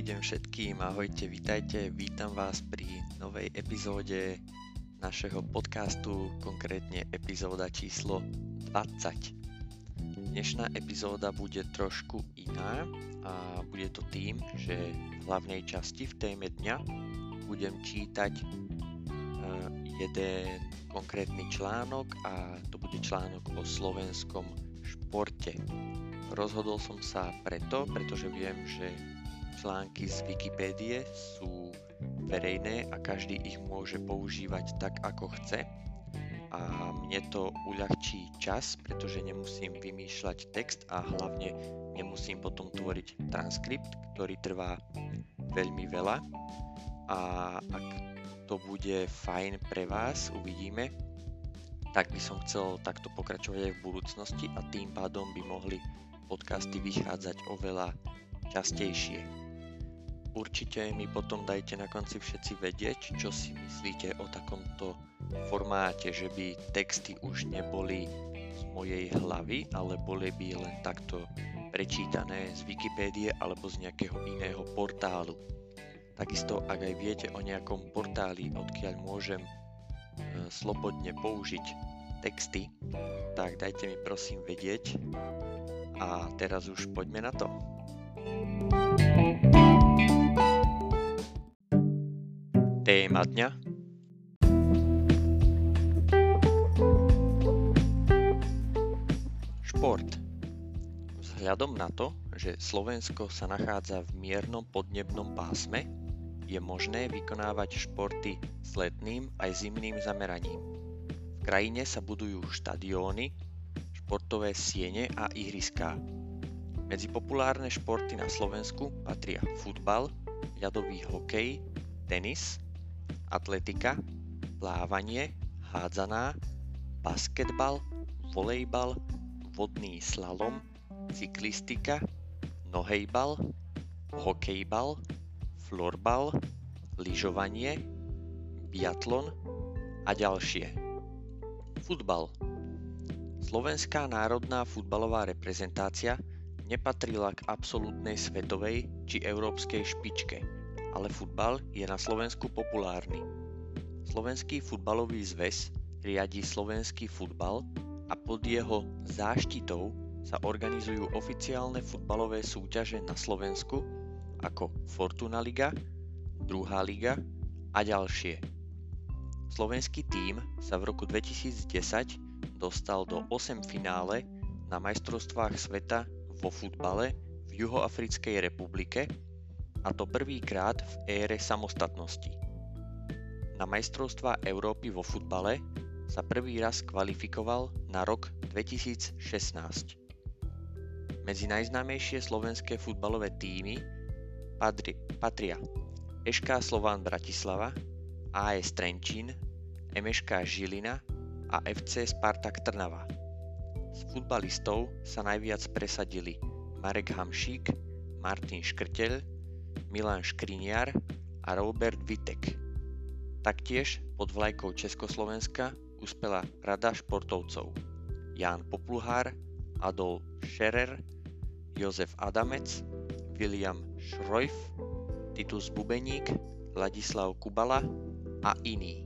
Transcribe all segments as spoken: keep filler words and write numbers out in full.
Dobrý deň všetkým, ahojte, vítajte, vítam vás pri novej epizóde našeho podcastu, konkrétne epizóda číslo dvadsať. Dnešná epizóda bude trošku iná a bude to tým, že v hlavnej časti v téme dňa budem čítať jeden konkrétny článok a to bude článok o slovenskom športe. Rozhodol som sa preto, pretože viem, že články z Wikipédie sú verejné a každý ich môže používať tak, ako chce. A mne to uľahčí čas, pretože nemusím vymýšľať text a hlavne nemusím potom tvoriť transkript, ktorý trvá veľmi veľa. A ak to bude fajn pre vás, uvidíme, tak by som chcel takto pokračovať aj v budúcnosti a tým pádom by mohli podcasty vychádzať oveľa častejšie. Určite mi potom dajte na konci všetci vedieť, čo si myslíte o takomto formáte, že by texty už neboli z mojej hlavy, ale boli by len takto prečítané z Wikipédie alebo z nejakého iného portálu. Takisto, ak aj viete o nejakom portáli, odkiaľ môžem e, slobodne použiť texty, tak dajte mi prosím vedieť. A teraz už poďme na to. Téma dňa. Šport. Vzhľadom na to, že Slovensko sa nachádza v miernom podnebnom pásme, je možné vykonávať športy s letným aj zimným zameraním. V krajine sa budujú štadióny, športové siene a ihriská. Medzi populárne športy na Slovensku patria futbal, ľadový hokej, tenis, atletika, plávanie, hádzaná, basketbal, volejbal, vodný slalom, cyklistika, nohejbal, hokejbal, florbal, lyžovanie, biatlon a ďalšie. Futbal. Slovenská národná futbalová reprezentácia nepatrila k absolútnej svetovej či európskej špičke, ale futbal je na Slovensku populárny. Slovenský futbalový zväz riadi slovenský futbal a pod jeho záštitou sa organizujú oficiálne futbalové súťaže na Slovensku ako Fortuna Liga, druhá liga a ďalšie. Slovenský tím sa v roku dvetisícdesať dostal do osemfinále na majstrovstvách sveta vo futbale v Juhoafrickej republike, a to prvýkrát v ére samostatnosti. Na majstrovstvá Európy vo futbale sa prvý raz kvalifikoval na rok dvetisícšestnásť. Medzi najznámejšie slovenské futbalové tímy patria es ká Slovan Bratislava, á es Trenčín, em eš ká Žilina a ef cé Spartak Trnava. Z futbalistov sa najviac presadili Marek Hamšík, Martin Škrteľ, Milan Škriniar a Robert Vitek. Taktiež pod vlajkou Československa uspela rada športovcov Ján Popluhár, Adolf Scherer, Jozef Adamec, William Šrojf, Titus Bubeník, Ladislav Kubala a iní.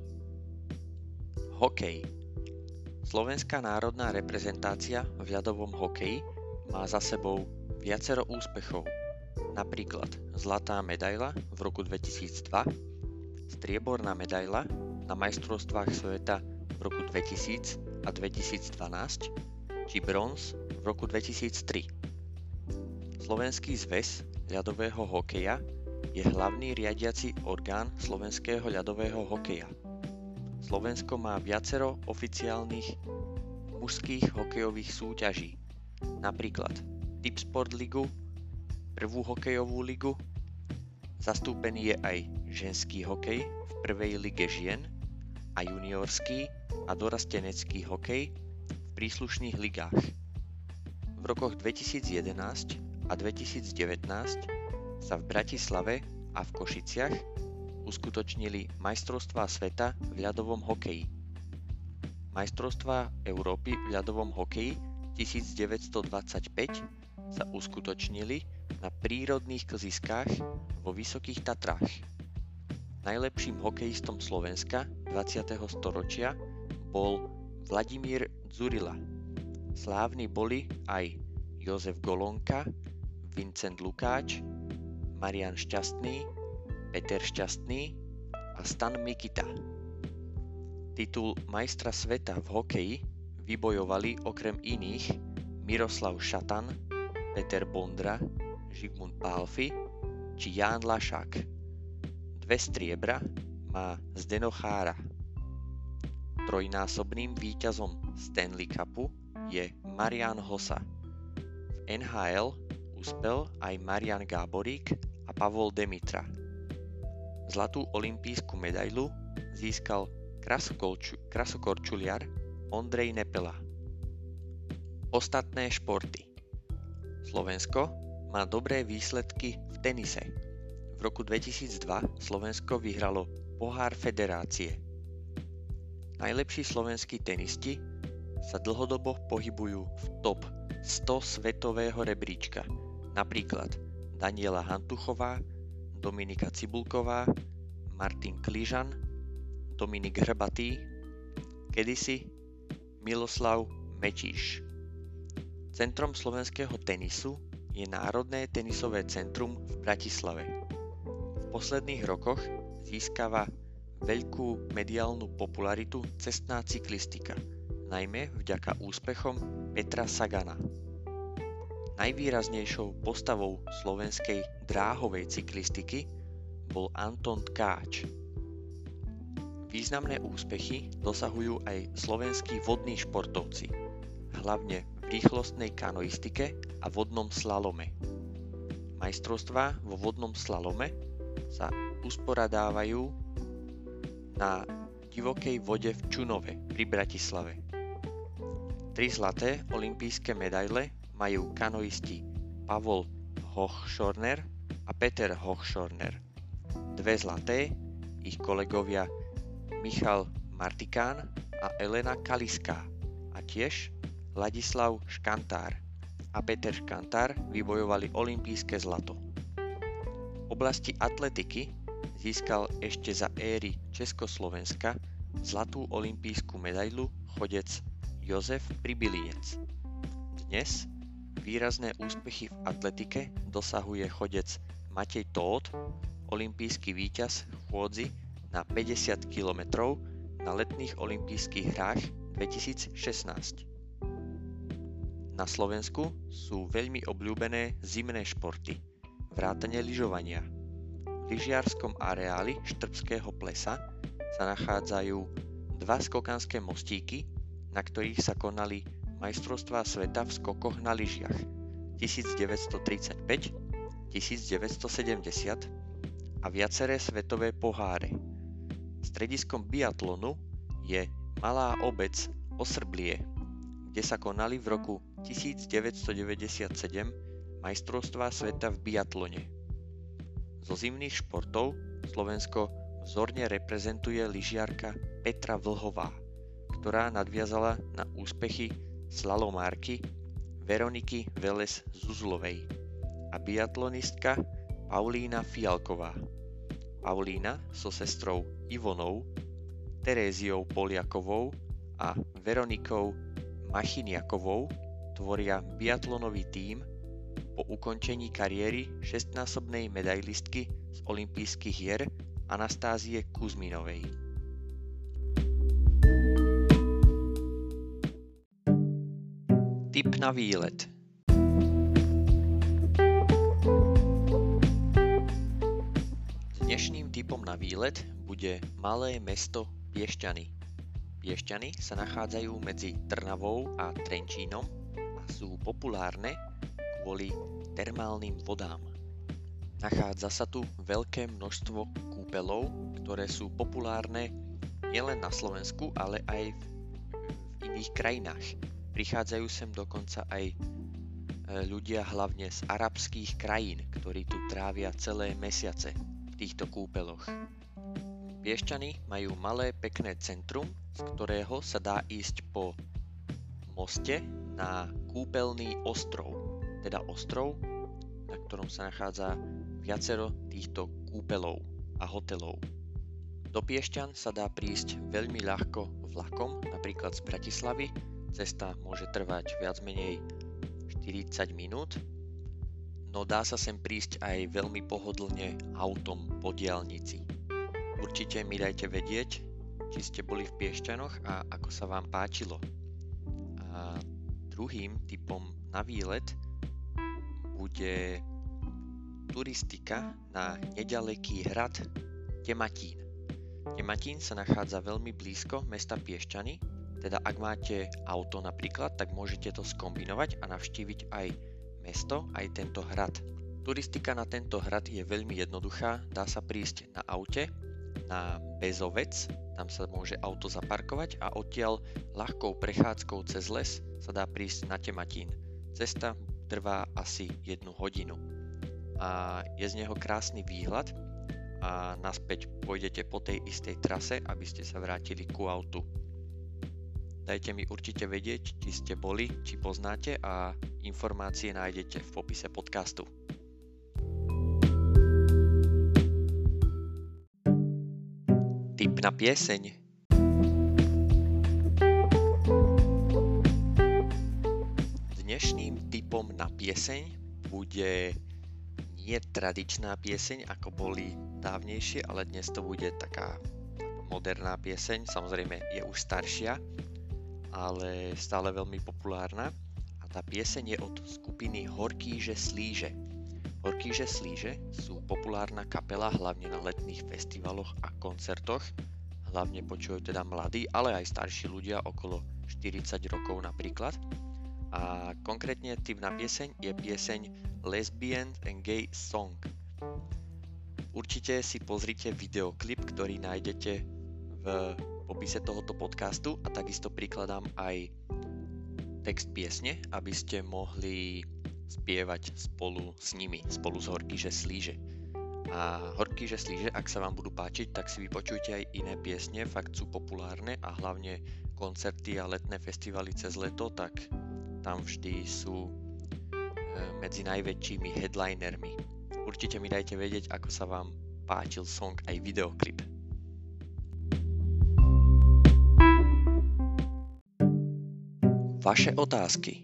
Hokej. Slovenská národná reprezentácia v ľadovom hokeji má za sebou viacero úspechov, napríklad zlatá medaila v roku dvetisícdva, strieborná medaila na majstrovstvách sveta v roku dvetisíc a dvetisícdvanásť či bronz v roku dvetisíctri. Slovenský zväz ľadového hokeja je hlavný riadiaci orgán slovenského ľadového hokeja. Slovensko má viacero oficiálnych mužských hokejových súťaží, napríklad Tipsport ligu, prvú hokejovú ligu, zastúpený je aj ženský hokej v prvej lige žien a juniorský a dorastenecký hokej v príslušných ligách. V rokoch dvetisícjedenásť a dvetisícdevätnásť sa v Bratislave a v Košiciach uskutočnili majstrovstvá sveta v ľadovom hokeji. Majstrovstvá Európy v ľadovom hokeji tisícdeväťstodvadsaťpäť sa uskutočnili na prírodných klziskách vo Vysokých Tatrách. Najlepším hokejistom Slovenska dvadsiateho storočia bol Vladimír Dzurilla. Slávni boli aj Jozef Golonka, Vincent Lukáč, Marián Šťastný, Peter Šťastný a Stan Mikita. Titul majstra sveta v hokeji vybojovali okrem iných Miroslav Šatan, Peter Bondra, Žigmund Pálffy či Ján Lašák. Dve striebra má Zdeno Chára. Trojnásobným víťazom Stanley Cupu je Marián Hossa. V en há el uspel aj Marian Gáborík a Pavol Demitra. Zlatú olympijskú medailu získal krasokorču- krasokorčuliar Ondrej Nepela. Ostatné športy. Slovensko má dobré výsledky v tenise. V roku dvetisícdva Slovensko vyhralo Pohár Federácie. Najlepší slovenskí tenisti sa dlhodobo pohybujú v top sto svetového rebríčka, napríklad Daniela Hantuchová, Dominika Cibulková, Martin Kližan, Dominik Hrbatý, kedysi Miloslav Mečíš. Centrom slovenského tenisu je Národné tenisové centrum v Bratislave. V posledných rokoch získava veľkú mediálnu popularitu cestná cyklistika, najmä vďaka úspechom Petra Sagana. Najvýraznejšou postavou slovenskej dráhovej cyklistiky bol Anton Tkáč. Významné úspechy dosahujú aj slovenskí vodní športovci, hlavne v rýchlostnej kanoistike a vodnom slalome. Majstrovstvá vo vodnom slalome sa usporadávajú na divokej vode v Čunove pri Bratislave. Tri zlaté olympijské medaile majú kanoisti Pavol Hochschorner a Peter Hochschorner. Dve zlaté ich kolegovia Michal Martikán a Elena Kaliská a tiež Ladislav Škantár a Peter Škantár vybojovali olympijské zlato. V oblasti atletiky získal ešte za éry Československa zlatú olympijskú medailu chodec Jozef Pribylinec. Dnes výrazné úspechy v atletike dosahuje chodec Matej Tóth, olympijský víťaz v chôdzi na päťdesiat kilometrov na letných olympijských hrách dvetisícšestnásť. Na Slovensku sú veľmi obľúbené zimné športy, vrátane lyžovania. V lyžiarskom areáli Štrbského plesa sa nachádzajú dva skokanské mostíky, na ktorých sa konali majstrovstvá sveta v skokoch na lyžiach devätnásťtridsaťpäť devätnásťsedemdesiat a viaceré svetové poháre. Strediskom biatlonu je malá obec Osrblie, kde sa konali v roku devätnásťdeväťdesiatsedem majstrovstvá sveta v biatlone. Zo zimných športov Slovensko vzorne reprezentuje lyžiarka Petra Vlhová, ktorá nadviazala na úspechy slalomárky Veroniky Velez-Zuzlovej a biatlonistka Paulína Fialková. Paulína so sestrou Ivonou, Teréziou Poliakovou a Veronikou Machiniakovou tvoria biatlonový tím po ukončení kariéry šestnásobnej medailistky z olympijských hier Anastázie Kuzminovej. Tip na výlet. Dnešným tipom na výlet bude malé mesto Piešťany. Piešťany sa nachádzajú medzi Trnavou a Trenčínom a sú populárne kvôli termálnym vodám. Nachádza sa tu veľké množstvo kúpeľov, ktoré sú populárne nielen na Slovensku, ale aj v, v iných krajinách. Prichádzajú sem dokonca aj ľudia hlavne z arabských krajín, ktorí tu trávia celé mesiace v týchto kúpeľoch. Piešťany majú malé pekné centrum, z ktorého sa dá ísť po moste na kúpeľný ostrov, teda ostrov na ktorom sa nachádza viacero týchto kúpeľov a hotelov. Do Piešťan sa dá prísť veľmi ľahko vlakom, napríklad z Bratislavy. Cesta môže trvať viac menej štyridsať minút, no dá sa sem prísť aj veľmi pohodlne autom po diaľnici. Určite mi dajte vedieť, či ste boli v Piešťanoch a ako sa vám páčilo. A druhým typom na výlet bude turistika na neďaleký hrad Tematín. Tematín sa nachádza veľmi blízko mesta Piešťany, teda ak máte auto napríklad, tak môžete to skombinovať a navštíviť aj mesto, aj tento hrad. Turistika na tento hrad je veľmi jednoduchá, dá sa prísť na aute, na Bezovec, tam sa môže auto zaparkovať a odtiaľ ľahkou prechádzkou cez les sa dá prísť na Tematín. Cesta trvá asi jednu hodinu a je z neho krásny výhľad a naspäť pôjdete po tej istej trase, aby ste sa vrátili ku autu. Dajte mi určite vedieť, či ste boli, či poznáte a informácie nájdete v popise podcastu. Tip na pieseň. Dnešným tipom na pieseň bude nie tradičná pieseň, ako boli dávnejšie, ale dnes to bude taká moderná pieseň, samozrejme je už staršia, ale stále veľmi populárna. A tá pieseň je od skupiny Horkýže Slíže. Horkýže Slíže sú populárna kapela hlavne na letných festivaloch a koncertoch. Hlavne počujú teda mladí, ale aj starší ľudia okolo štyridsať rokov napríklad. A konkrétne typ na pieseň je pieseň Lesbian and Gay Song. Určite si pozrite videoklip, ktorý nájdete v popise tohoto podcastu a takisto prikladám aj text piesne, aby ste mohli spievať spolu s nimi, spolu s Horkýže Slíže. A Horkýže Slíže, ak sa vám budú páčiť, tak si vypočujte aj iné piesne, fakt sú populárne a hlavne koncerty a letné festivaly cez leto, tak tam vždy sú medzi najväčšími headlinermi. Určite mi dajte vedieť, ako sa vám páčil song aj videoklip. Vaše otázky.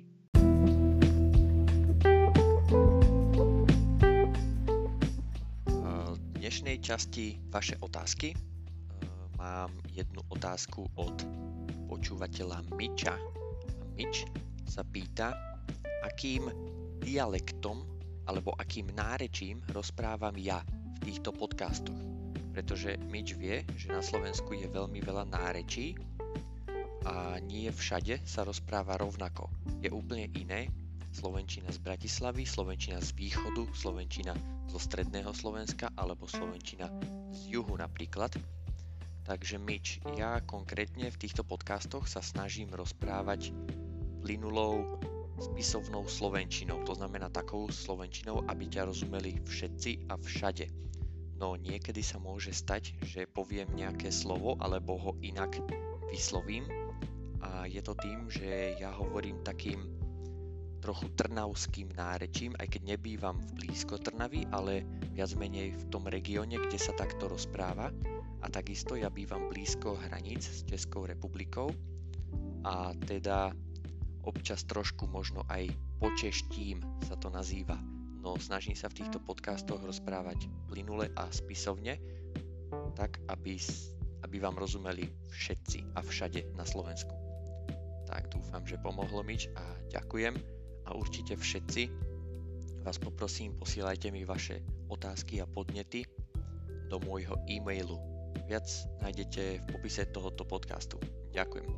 V dnešnej časti Vaše otázky mám jednu otázku od počúvateľa Miča. Mič sa pýta, akým dialektom alebo akým nárečím rozprávam ja v týchto podcastoch. Pretože Mič vie, že na Slovensku je veľmi veľa nárečí a nie všade sa rozpráva rovnako. Je úplne iné slovenčina z Bratislavy, slovenčina z východu, slovenčina zo stredného Slovenska alebo slovenčina z juhu napríklad. Takže Mič, ja konkrétne v týchto podcastoch sa snažím rozprávať plynulou spisovnou slovenčinou, to znamená takou slovenčinou, aby ťa rozumeli všetci a všade. No niekedy sa môže stať, že poviem nejaké slovo alebo ho inak vyslovím a je to tým, že ja hovorím takým trochu trnavským nárečím, aj keď nebývam v blízko Trnavy, ale viac menej v tom regióne, kde sa takto rozpráva. A takisto ja bývam blízko hraníc s Českou republikou a teda občas trošku možno aj počeštím sa to nazýva. No snažím sa v týchto podcastoch rozprávať plynule a spisovne, tak aby, aby vám rozumeli všetci a všade na Slovensku. Tak dúfam, že pomohlo Mič a ďakujem. A určite všetci vás poprosím, posielajte mi vaše otázky a podnety do môjho e-mailu. Viac nájdete v popise tohoto podcastu. Ďakujem.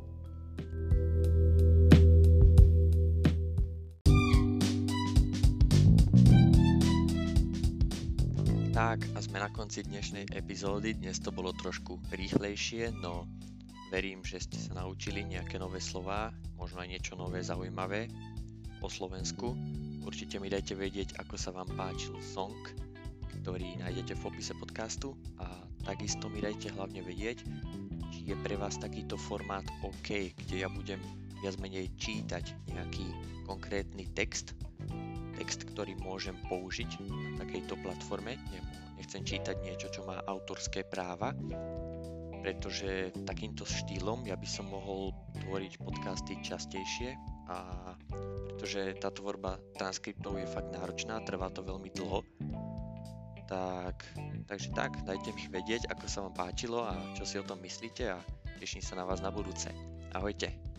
Tak a sme na konci dnešnej epizódy. Dnes to bolo trošku rýchlejšie, no verím, že ste sa naučili nejaké nové slová, možno aj niečo nové zaujímavé o Slovensku. Určite mi dajte vedieť, ako sa vám páčil song, ktorý nájdete v popise podcastu a takisto mi dajte hlavne vedieť, či je pre vás takýto formát OK, kde ja budem viac menej čítať nejaký konkrétny text text, ktorý môžem použiť na takejto platforme. Nechcem čítať niečo, čo má autorské práva, pretože takýmto štýlom ja by som mohol tvoriť podcasty častejšie, a pretože tá tvorba transkriptov je fakt náročná, trvá to veľmi dlho. Tak, takže tak, dajte mi vedieť, ako sa vám páčilo a čo si o tom myslíte, a teším sa na vás na budúce. Ahojte.